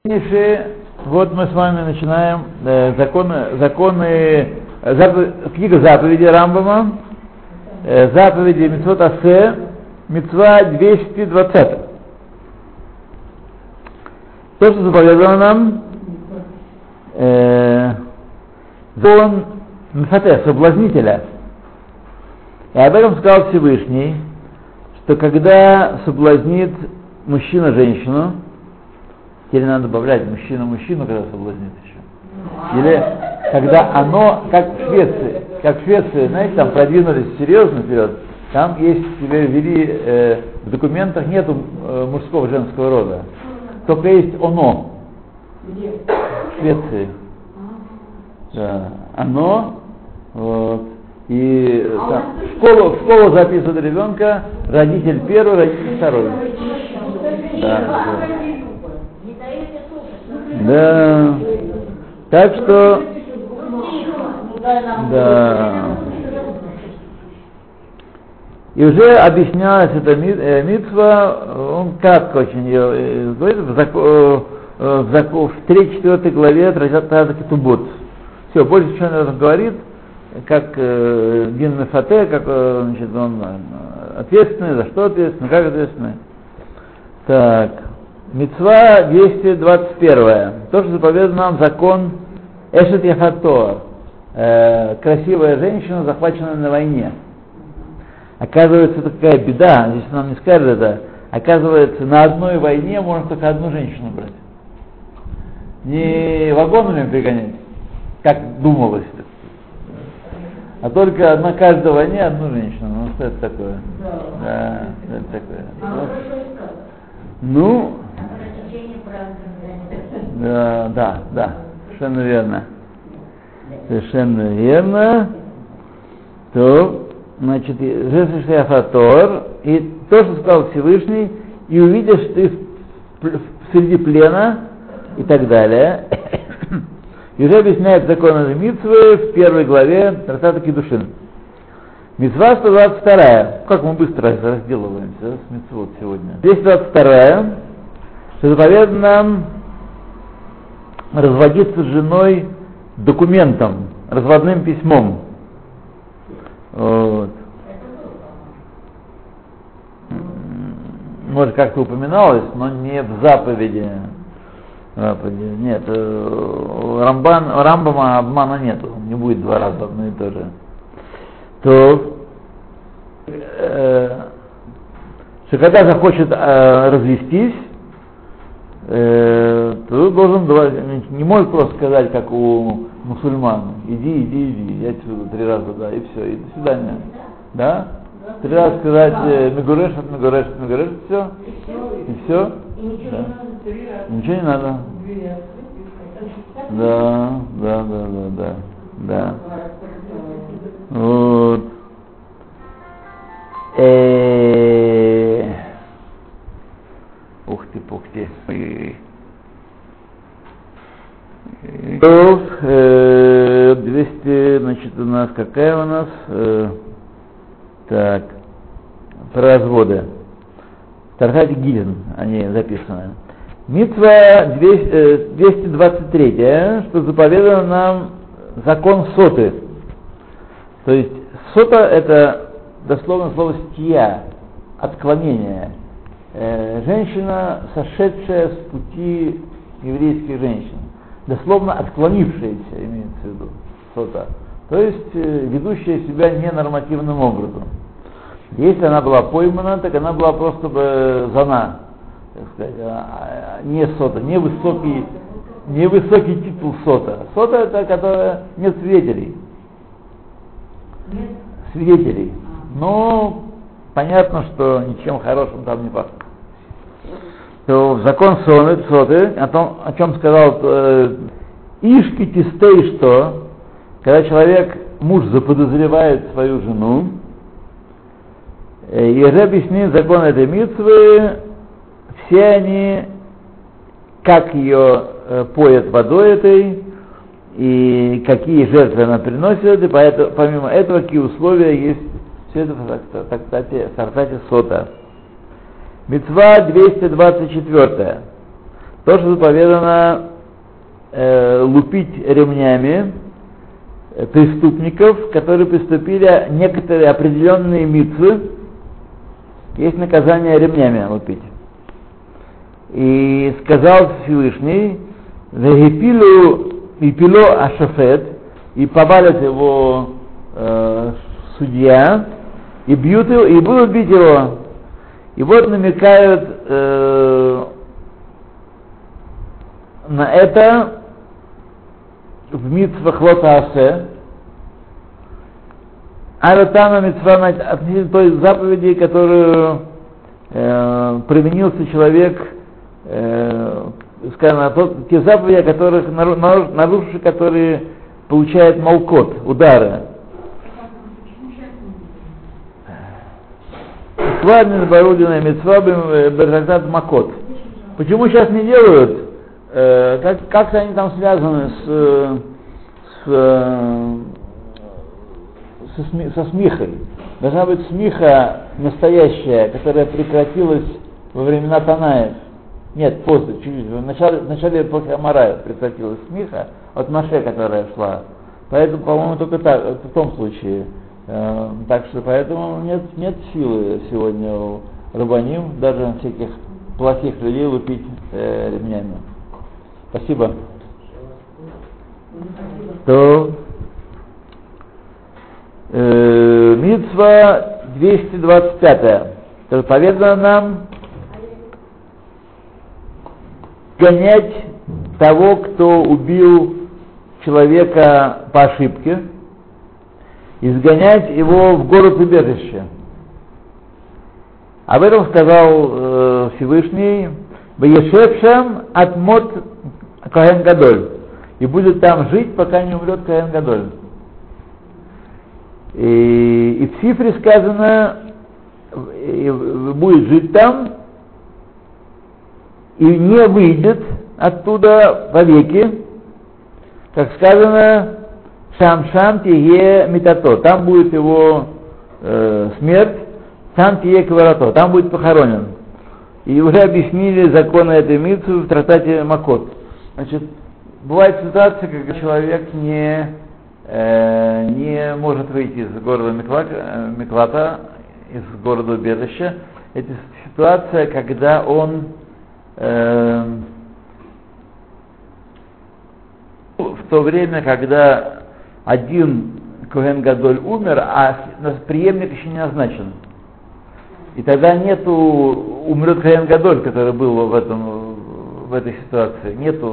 Вот мы с вами начинаем книга заповедей Рамбама, заповеди Мицвот Асе, Мицва 220. То, что заповедано нам, закон Мефате, соблазнителя. И об этом сказал Всевышний, что когда соблазнит мужчина женщину, или надо добавлять мужчину, когда соблазнит еще. Или когда оно, как в Швеции, знаете, там продвинулись серьезно вперед, там есть, тебе ввели, в документах нету мужского женского рода, только есть оно. В Швеции. Да. Оно, вот. И там, в школу записывают ребенка, родитель первый, родитель второй. Да. Так что, да. И уже объяснялась эта мицва, он кратко очень ее говорит, в 3-4 главе Трактата Кетубот. Все, больше ничего не говорит, как Дин Мефате, как значит, он ответственный, за что ответственный, как ответственный. Так, мицва 221. То, что заповедано нам закон Эшет Яхатор, красивая женщина, захваченная на войне. Оказывается, такая беда, здесь нам не скажет это, оказывается, на одной войне можно только одну женщину брать. Не вагонами пригонять, как думалось, а только на каждой войне одну женщину. Ну, что это такое? Да, что это такое? Ну, да, совершенно верно. Совершенно верно. То, значит, Жесишляфатор, и то, что сказал Всевышний, и увидишь ты среди плена, и так далее. И уже объясняет закон этой мицвы в первой главе Трактата Кидушин. Мицва 122. Как мы быстро разделываемся с мицвот сегодня. 222. Что заповедано нам разводиться с женой документом, разводным письмом. Вот. Может, как-то упоминалось, но не в заповеди. Нет, Рамбама обмана нету, не будет два раза одно и то же. То, что когда захочет развестись, то должен, не может просто сказать, как у мусульман, иди, я отсюда 3 раза, да, и все, и до свидания. Да? 3 раза сказать мегуреш, все, и все. Ничего не надо. Да. Вот. Ух ты. 200, значит, у нас какая у нас? Так, про разводы. Тархати Гилин, они записаны. Мицва 223, что заповедано нам закон соты. То есть сота это дословно слово стия, отклонение. Женщина, сошедшая с пути еврейских женщин. Дословно отклонившаяся, имеется в виду, сота. То есть ведущая себя ненормативным образом. Если она была поймана, так она была просто бы зана, так сказать, не сота, не высокий титул сота. Сота это которая нет свидетелей. Свидетелей. Но понятно, что ничем хорошим там не пахнет. То закон соты, о чем сказал Ишки Тистей, что когда муж заподозревает свою жену, и уже объяснит закон этой мицвы, все они, как ее поят водой этой, и какие жертвы она приносит, и помимо этого, какие условия есть, все это в Трактате Сота. Мицва 224. То, что заповедано лупить ремнями преступников, которые приступили некоторые определенные мицвы, есть наказание ремнями лупить. И сказал Всевышний: «Вепило ашафет», и повалит его судья, и бьют его, и будут бить его. И вот намекают на это в митцвах лотаасе, аратана митцва относительно той заповеди, которую провинился человек, скажем, те заповеди, которых нарушившие, которые получают малкот, удары. Свадьбин Барудина митцва бержактат макот. Почему сейчас не делают? Как-то они там связаны со смихой. Должна быть смиха настоящая, которая прекратилась во времена Танаев. Нет, после, чуть-чуть. В начале эпохи Амараев прекратилась смиха от Маше, которая шла. Поэтому, по-моему, только так, в том случае. Так что поэтому нет силы сегодня у рабаним, даже всяких плохих людей лупить ремнями. Спасибо. То мицва 225. Заповедано нам гонять того, кто убил человека по ошибке, изгонять его в город-убежище. Об этом сказал Всевышний: «Ваешевшем атмот Коэн Гадоль», и будет там жить, пока не умрет Коэн Гадоль. И в цифре сказано, будет жить там и не выйдет оттуда вовеки, как сказано, шам тие митато, там будет его смерть, там тие кварато, там будет похоронен. И уже объяснили законы этой мицвы в трактате Макот. Значит, бывает ситуация, когда человек не может выйти из города Миклата, из города убежища. Это ситуация, когда он в то время, когда один Коэн Гадоль умер, а преемник еще не назначен. И тогда умрет Коэн Гадоль, который был в этой ситуации.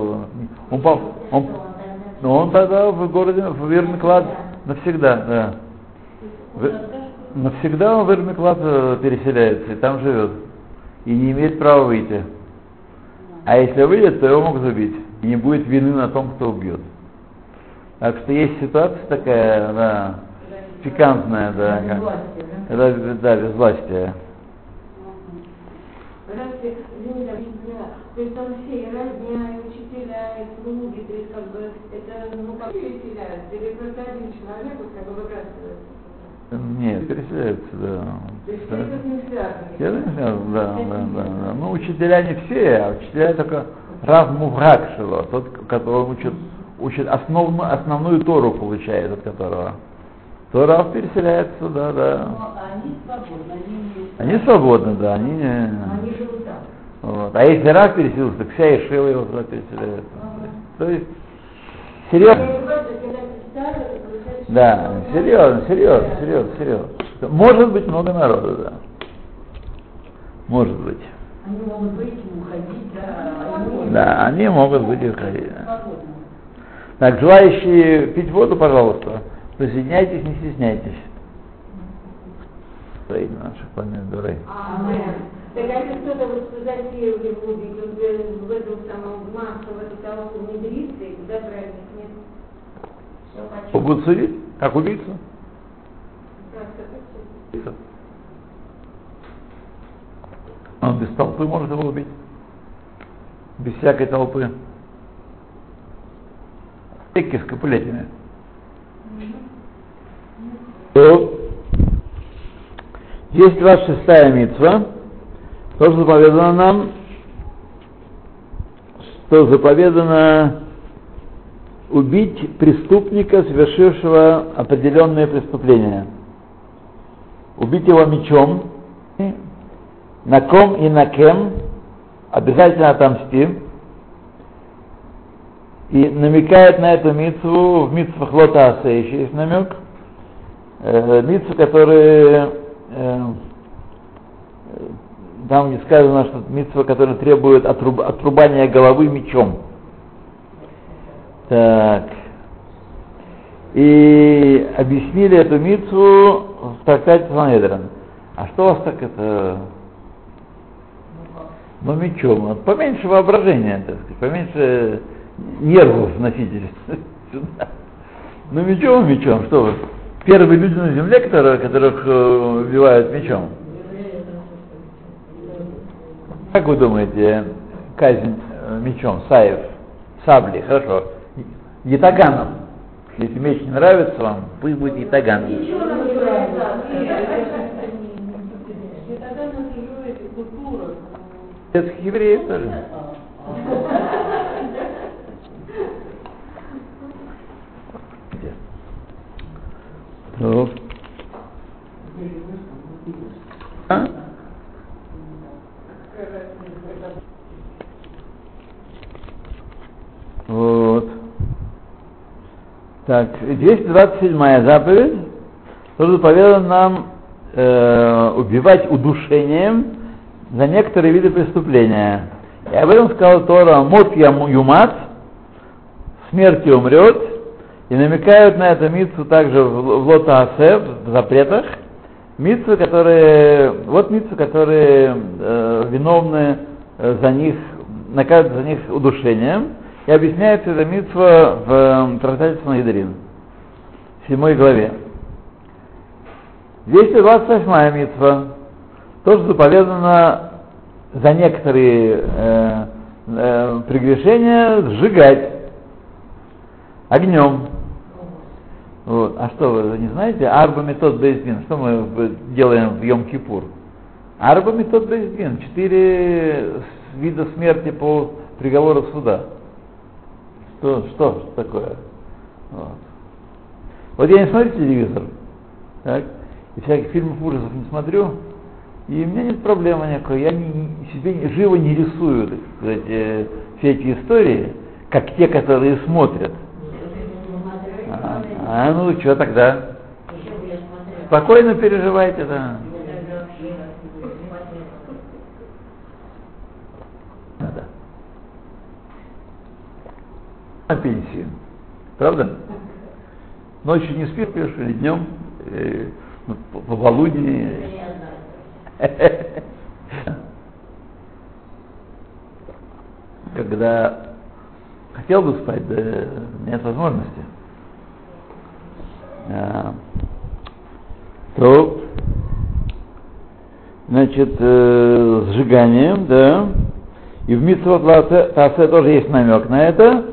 Он тогда в городе, в Ир-Миклат навсегда, да. Навсегда он в Ир-Миклат переселяется и там живет. И не имеет права выйти. А если выйдет, то его могут убить. И не будет вины на том, кто убьет. Так что есть ситуация такая, да, пикантная, да, безвластие. То есть там все, и родня, и учителя, и слуги, то есть как бы это, как переселяются, или просто один человек вот как бы выбрасывается? Нет, переселяются, да. То есть все это не связано? Да. Ну, учителя не все, а учителя только Рав Муврак Шило, тот, который учит основную Тору получает, от которого. То Рав переселяется, да. Но они свободны, они свободны, да, они живут там. Вот. А если Рав переселился, так вся Ешива его туда переселяется. То есть, серьезно. Да, серьезно. Может быть много народу, да. Может быть. Они могут выйти и уходить, да. Да, они могут выйти и уходить. Да. Так, желающие пить воду, пожалуйста, присоединяйтесь, не стесняйтесь. Стоит на наших планетах дурей. Так а если кто-то вот затеял его убить, в этом самом массу, в эту толпу внедрится, и куда правильных нет? Будут судить? Как убийцу? Он без толпы может его убить. Без всякой толпы. С капулетами. Есть 26-я мицва, тоже заповедано нам что заповедано убить преступника, совершившего определенное преступление. Убить его мечом, на ком и на кем, обязательно отомсти. И намекает на эту мицву, в мицвах Лота Асе еще есть намек, мицвы, которые, там где сказано, что мицва, которая требует отрубания головы мечом. Так. И объяснили эту мицву в трактате Санхедрин. А что у вас так это... Ну, мечом. Поменьше воображения, так сказать, поменьше нервов носите сюда. Ну, мечом, что вы? Первые люди на земле, которых убивают мечом. Как вы думаете, казнь мечом, сабли, хорошо. Ятаганом. Если меч не нравится вам, пусть будет ятаган. Это евреев тоже. А? Вот. Так, 227-я заповедь, тоже заповедана нам убивать удушением за некоторые виды преступления. И об этом сказал Тора: мот юмат, смертью умрет, и намекают на эту мицву также в Лота Асе, в запретах, мицвы, которые виновны за них, наказывают за них удушением. И объясняется эта мицва в трактате Санхедрин, в 7 главе. 228-я мицва тоже заповедана за некоторые прегрешения сжигать огнем. Вот. А что, вы не знаете? Арба метод бейздин. Что мы делаем в Йом-Кипур? Арба метод бейздин. 4 вида смерти по приговору суда. Что такое? Вот я не смотрю телевизор, так, и всяких фильмов ужасов не смотрю, и у меня нет проблемы никакой. Я себе живо не рисую, так сказать, все эти истории, как те, которые смотрят. Ну что тогда? Спокойно переживайте, да. На пенсию. Правда? Ночью не спишь или днем, по полудни. Когда хотел бы спать, да нет возможности. То, значит, сжиганием, да. И в мицвот Лота тоже есть намек на это.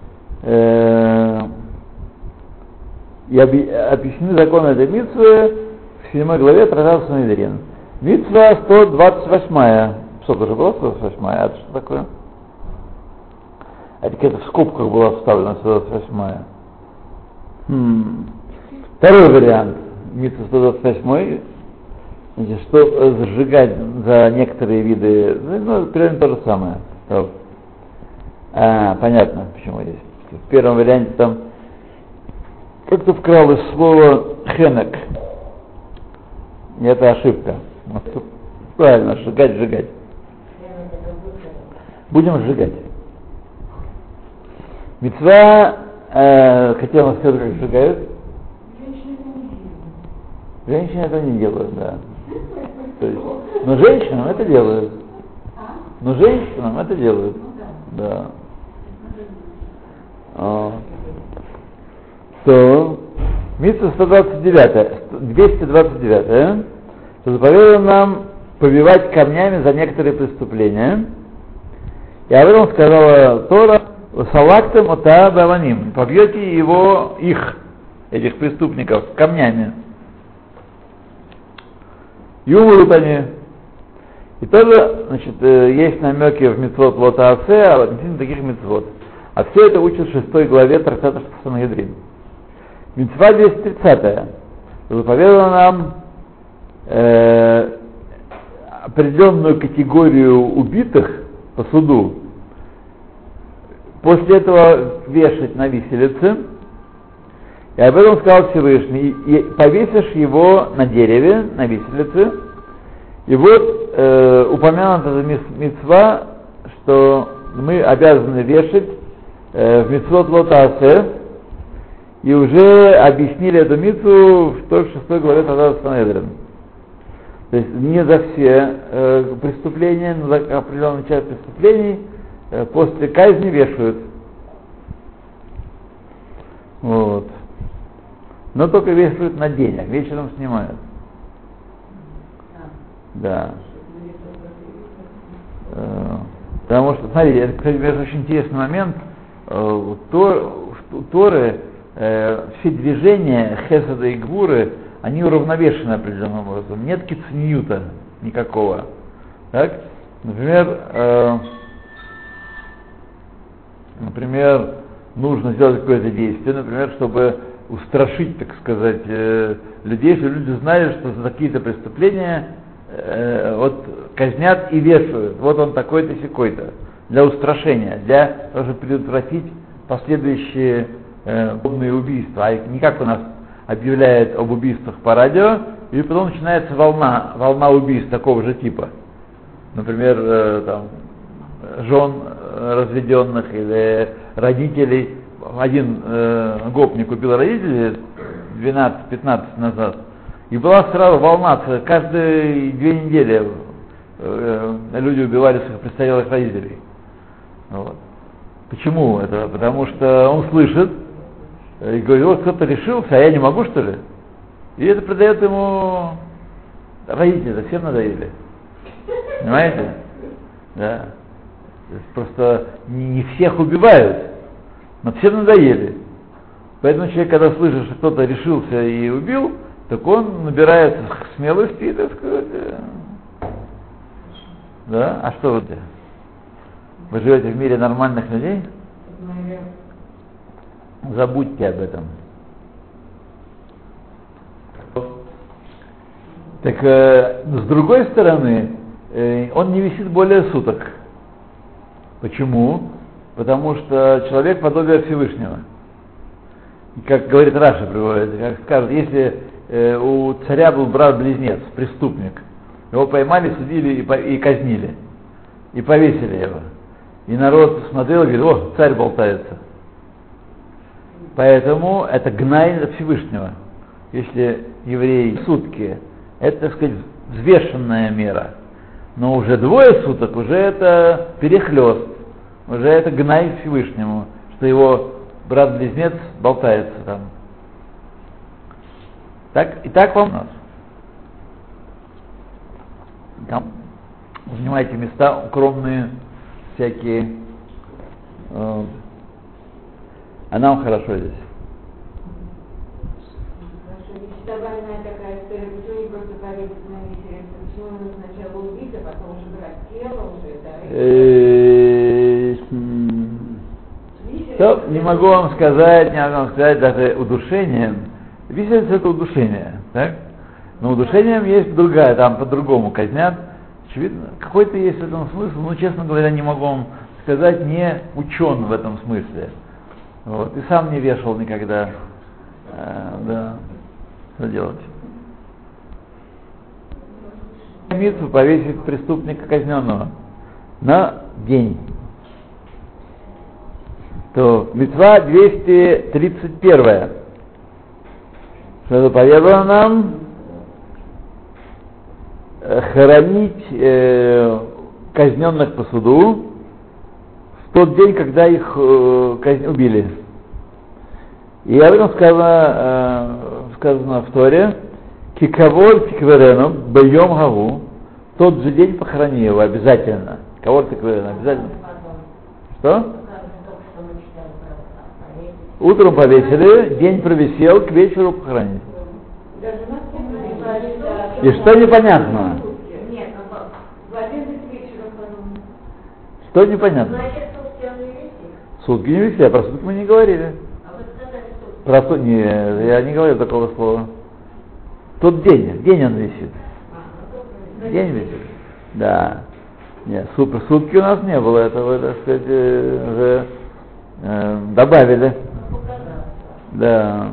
И объяснены законы этой мицвы в 7 главе трактата Санхедрин. Мицва 128-я. Сколько же была 128-я? Это что такое? Это где-то в скобках была вставлена 128-я. Второй вариант. Мицва 128-й. Значит, что сжигать за некоторые виды, ну, примерно то же самое. Понятно, почему здесь. В первом варианте там как-то вкралось слово хенек. И это ошибка. Правильно, сжигать. Будем сжигать. Мицва, хотел сказать, как сжигают. Женщины это не делают, да. То есть, но женщинам это делают. Да. То мицва 229, что заповедано нам побивать камнями за некоторые преступления. И об этом сказала Тора: салактем ота баваним, побьете этих преступников, камнями. Юмрут они, И тоже, значит, есть намеки в мицвот лота асе, а относительно таких мицвот. А все это учат в 6 главе трактата Сангедрин. Мицва 230 заповедала нам определенную категорию убитых по суду, после этого вешать на виселице, и об этом сказал Всевышний, и повесишь его на дереве, на виселице, и вот упомянута эта мицва, что мы обязаны вешать в мицвот лота асе, и уже объяснили эту мицву в той 6 главе Трактата Сангедрин. То есть не за все преступления, но за определенную часть преступлений после казни вешают. Вот. Но только вешают на день, а вечером снимают. Да. Потому что, смотрите, это, кстати, очень интересный момент. У Торы все движения Хеседа и Гвуры, они уравновешены определенным образом. Нет кицньюта никакого. Так? Например, нужно сделать какое-то действие, например, чтобы устрашить, так сказать, людей, чтобы люди знали, что за какие-то преступления вот казнят и вешают. Вот он такой-то, сякой-то. Для устрашения, для того, чтобы предотвратить последующие подобные убийства. А не как у нас объявляет об убийствах по радио, и потом начинается волна убийств такого же типа. Например, там, жен разведенных или родителей. Один гопник убил родителей 12-15 назад, и была сразу волна, каждые 2 недели люди убивали своих престарелых родителей. Вот. Почему это? Потому что он слышит и говорит, вот кто-то решился, а я не могу, что ли? И это придает ему родители, всем надоели. Понимаете? Да. То есть просто не всех убивают, но всем надоели. Поэтому человек, когда слышит, что кто-то решился и убил, так он набирается смелости, так сказать. Да? А что вы? Вы живете в мире нормальных людей? Забудьте об этом. Так, с другой стороны, он не висит более суток. Почему? Потому что человек подобие Всевышнего. И как говорит Раша, приводит, как скажет, если у царя был брат-близнец, преступник, его поймали, судили и казнили, и повесили его. И народ смотрел и говорит, о, царь болтается. Поэтому это гнай Всевышнего. Если евреи сутки, это, так сказать, взвешенная мера. Но уже 2 суток, уже это перехлёст. Уже это гнай Всевышнему, что его брат-близнец болтается там. Так, и так вам нас. Там занимайте места укромные, всякие. А нам хорошо здесь. Хорошо, больная такая история, почему не просто повесить на виселицу? Почему нужно сначала убить, а потом уже брать тело уже, да? Не могу вам сказать, даже удушением. Виселица это удушение, так? Но удушением есть другая, там по-другому казнят. Очевидно, какой-то есть в этом смысл, но, честно говоря, не могу вам сказать, не учен в этом смысле. Вот. И сам не вешал никогда. Да. Что делать? Митцву повесить преступника казненного на день. То мицва 231. Что заповедано нам? Хоронить казненных по суду в тот день, когда их убили. И об этом сказано в Торе, кикавор тикверену бьем гаву, тот же день похорони его обязательно. Кавор тикверену обязательно. Что? Утром повесили, день провисел, к вечеру похоронили. И что непонятно? Нет, в один Что непонятно? Значит, сутки он не висит. Сутки не висели, а про сутки мы не говорили. А вы сказали сутки. Про сутки, не, я не говорил такого слова. Тот день он висит. День висит. Да. Нет, сутки у нас не было, этого, так сказать, уже добавили. Да.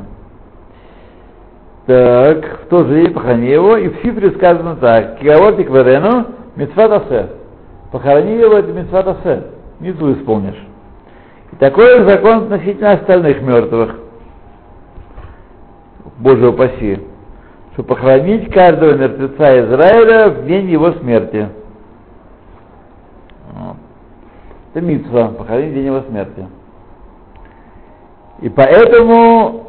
Так, в тот же день похорони его, и в Сифре сказано так: Киавортик Верену, митцват асе. Похорони его, это митцват асе. Митцву исполнишь. И такой же закон относительно остальных мертвых. Боже упаси. Что похоронить каждого мертвеца Израиля в день его смерти. Это митцва, похоронить в день его смерти. И поэтому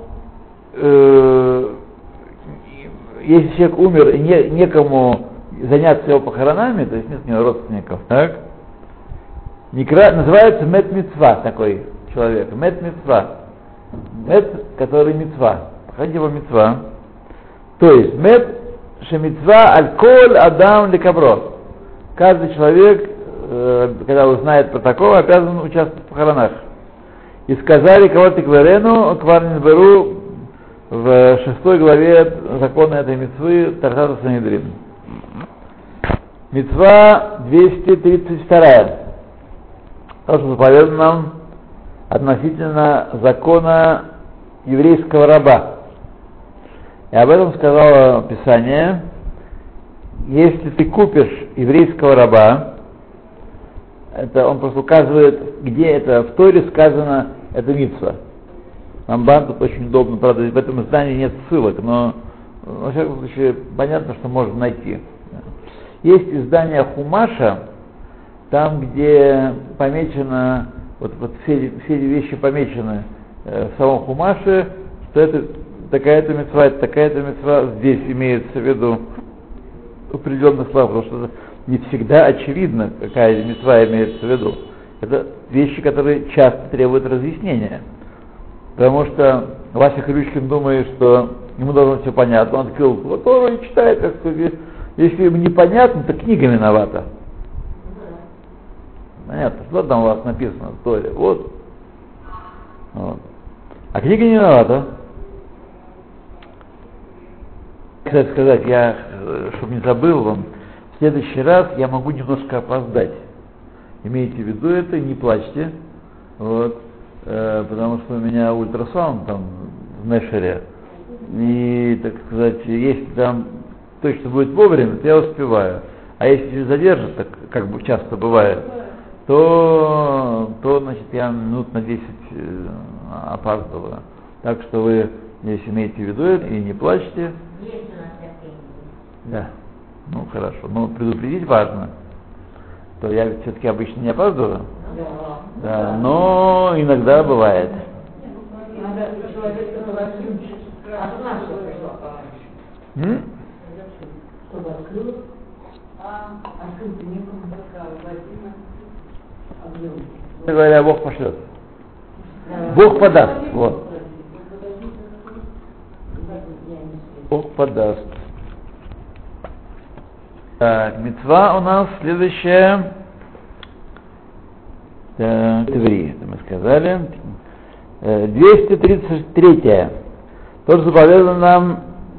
если человек умер и некому заняться его похоронами, то есть нет у него родственников, так? Называется мет-митцва такой человек. Мет-митцва. Мет, который митцва. Похоронить его митцва. То есть мет шемитцва аль-коль адам лекабро. Каждый человек, когда узнает про такого, обязан участвовать в похоронах. И сказали кого-то кварену, кварнин беру в 6 главе закона этой мицвы Тартата Санедрин. Мицва 232. То, что заповедано нам относительно закона еврейского раба. И об этом сказало Писание: если ты купишь еврейского раба, это он просто указывает, где это в Торе сказано, это мицва. Рамбан тут очень удобно, правда, в этом издании нет ссылок, но во всяком случае понятно, что можно найти. Есть издание Хумаша, там, где помечено, вот все вещи помечены в самом Хумаше, что это такая-то мицва, это такая-то мицва, здесь имеется в виду определенных слов, потому что не всегда очевидно, какая мицва имеется в виду. Это вещи, которые часто требуют разъяснения. Потому что Вася Хрючкин думает, что ему должно все понятно. Он открыл Тору и читает, как сказать, если ему непонятно, то книга виновата. Понятно, что там у вас написано в Торе? Вот. А книга не виновата. Кстати сказать, я, чтобы не забыл вам, в следующий раз я могу немножко опоздать. Имейте в виду это, не плачьте. Вот. Потому что у меня ультрасаунд там в Мешере. И, так сказать, если там точно будет вовремя, то я успеваю. А если задержит, так как бы часто бывает, то значит, я минут на 10 опаздываю. Так что вы, если имеете в виду это, и не плачьте. Да. Ну хорошо. Но предупредить важно. То я все-таки обычно не опаздываю. Да, но иногда бывает. Говоря, Бог пошлет. Бог подаст. Вот. Бог подаст. Так, мицва у нас следующая. Так, евреи, это мы сказали. 233. Тоже заповедано нам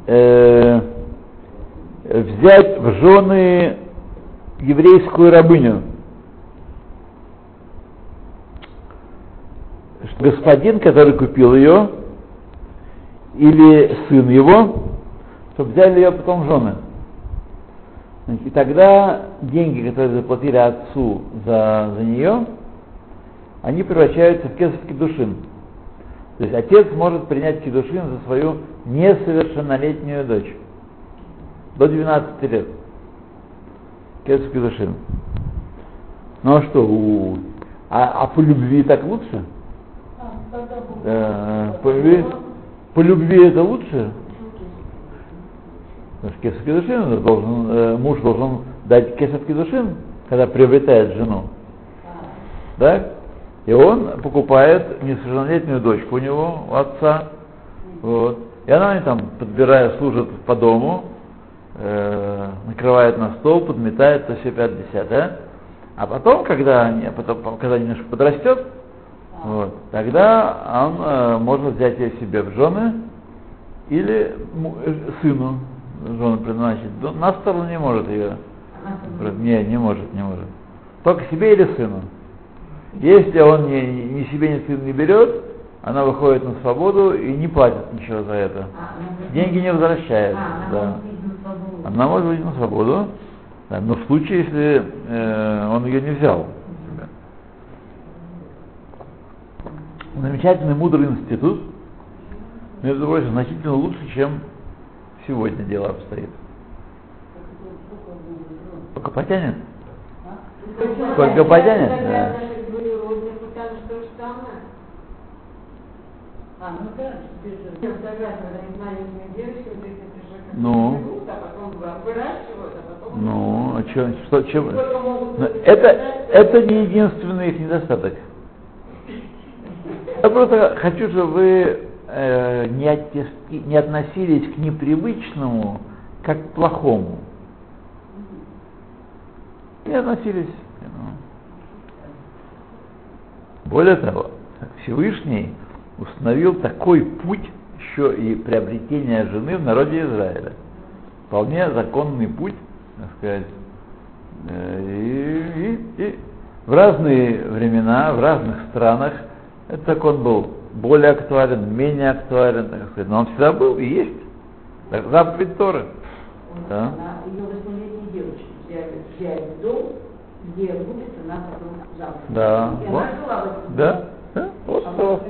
взять в жены еврейскую рабыню. Господин, который купил ее, или сын его, чтобы взяли ее потом в жены. И тогда деньги, которые заплатили отцу за нее, они превращаются в кесов кидушин. То есть отец может принять кидушин за свою несовершеннолетнюю дочь. До 12 лет. Кесов кидушин. Ну а что, а по любви так лучше? По любви это лучше? Кесов кидушин муж должен дать кесов кидушин, когда приобретает жену. Так? И он покупает несовершеннолетнюю дочку у него, у отца. Вот. И она там, подбирая, служит по дому, накрывает на стол, подметает, то все 5-10. А потом, когда немножко подрастет, вот, тогда он может взять ее себе в жены или сыну жену предназначить. На сторону не может ее. Не может. Только себе или сыну. Если он ни себе, ни сыну не берет, она выходит на свободу и не платит ничего за это. Деньги не возвращает. Да. Она может выйти на свободу, да, но в случае, если он ее не взял. Замечательный, мудрый институт, между прочим, значительно лучше, чем сегодня дело обстоит. Сколько потянет? Сколько потянет? Да. Ну, а чем? Это не единственный их недостаток. Я просто хочу, чтобы вы не относились к непривычному как к плохому. Не относились. Более того, Всевышний установил такой путь еще и приобретения жены в народе Израиля. Вполне законный путь, так сказать. И в разные времена, в разных странах этот закон был более актуален, менее актуален, так сказать, но он всегда был и есть. Так, заповедь Торы. Да. Ее 8-летней девочки взяли в дом, где будет она потом завтра. Да. И вот. она жила в этом. Да. Да. Вот, пожалуйста.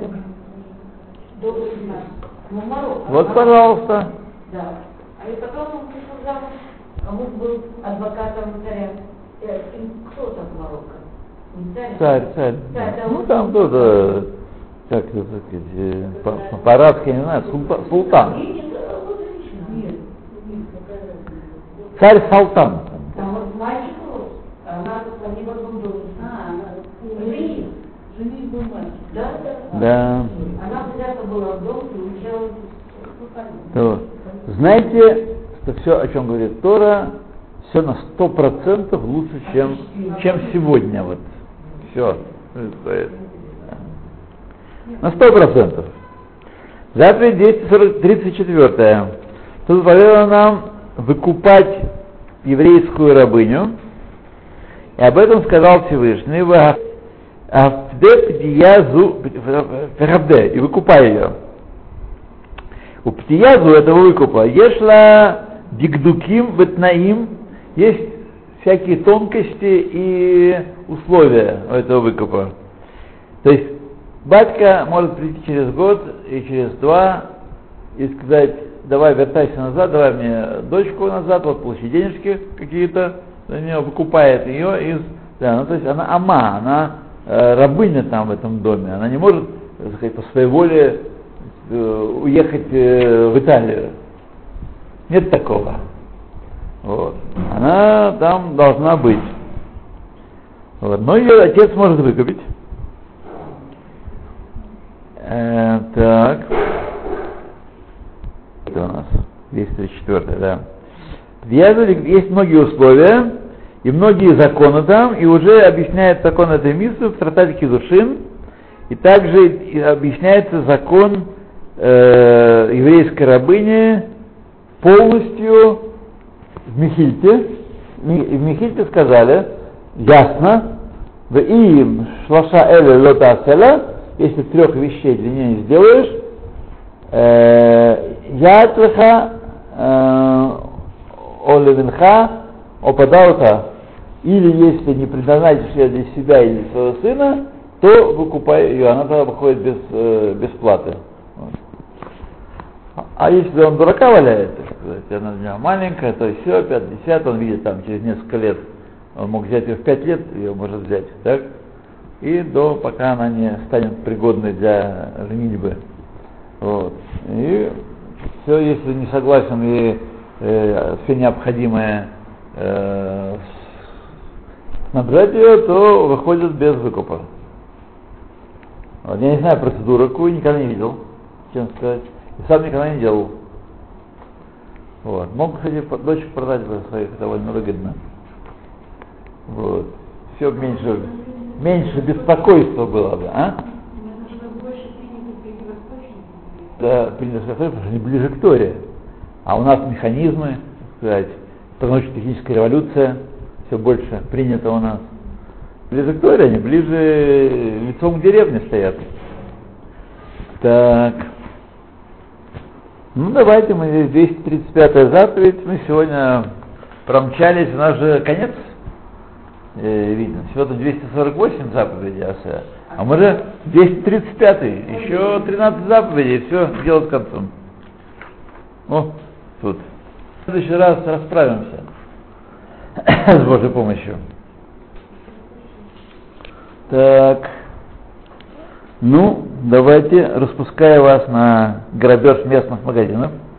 Вот, пожалуйста. Да. А и потом он пришел замуж, а муж был адвокатом царя. Кто там в Марокко? Не царь? Царь. Да, Ну там кто-то, как это сказать, по-арабски, я не знаю, султан. Царь Салтан. Там вот мальчик рос, а они в одном доме. Жених был мальчик. Да. Она взята была в дом и уезжала в то, знаете, что все, о чем говорит Тора, все на 100% лучше, чем сегодня. Вот. Все. На 100%. Заповедь 234. Тут повелено нам выкупать еврейскую рабыню. И об этом сказал Всевышний. И выкупай ее. У птиязу этого выкупа ешла дигдуким ветнаим, есть всякие тонкости и условия у этого выкупа. То есть батька может прийти через год и через два и сказать: давай вертайся назад, давай мне дочку назад, вот получи денежки какие-то, за нее выкупает ее из... Да, ну, то есть она ама, она рабыня там в этом доме, она не может, так сказать, по своей воле уехать в Италию. Нет такого. Вот. Она там должна быть. Вот. Но ее отец может выкупить. Так. Это у нас 234, да. В Язове есть многие условия и многие законы там, и уже объясняет закон этой миссы в трактате Кидушин, и также объясняется закон еврейской рабыни полностью в Мехильте. В Мехильте сказали ясно: в им шлаша эля лота аселя, если 3 вещей для нее не сделаешь, ятлеха олевинха опадаута, или если не предназначишь ее для себя или для своего сына, то выкупай ее, она тогда выходит без платы. Вот. А если он дурака валяет, так сказать, она у него маленькая, то все, 50, он видит там через несколько лет, он мог взять ее в 5 лет, ее может взять, так? И пока она не станет пригодной для женитьбы. Вот. И все, если не согласен и все необходимое снабжать ее, то выходит без выкупа. Вот. Я не знаю процедуру, какую никогда не видел, чем сказать. И сам никогда не делал. Вот. Мог, кстати, дочь продать своих довольно выгодно. Вот. все меньше беспокойства было бы, а? Да, принято сказать, потому что они ближе к Торе. А у нас механизмы, так сказать, научно-техническая революция, все больше принято у нас. Ближе к Торе, они ближе лицом к деревне стоят. Так. Ну, давайте мы 235-я заповедь. Мы сегодня промчались, у нас же конец. Видно, всего-то 248 заповедей, а мы же 235-й, еще 13 заповедей, все, дело с концом. О, тут. В следующий раз расправимся с Божьей помощью. Так, ну, давайте, распуская вас на грабеж местных магазинов.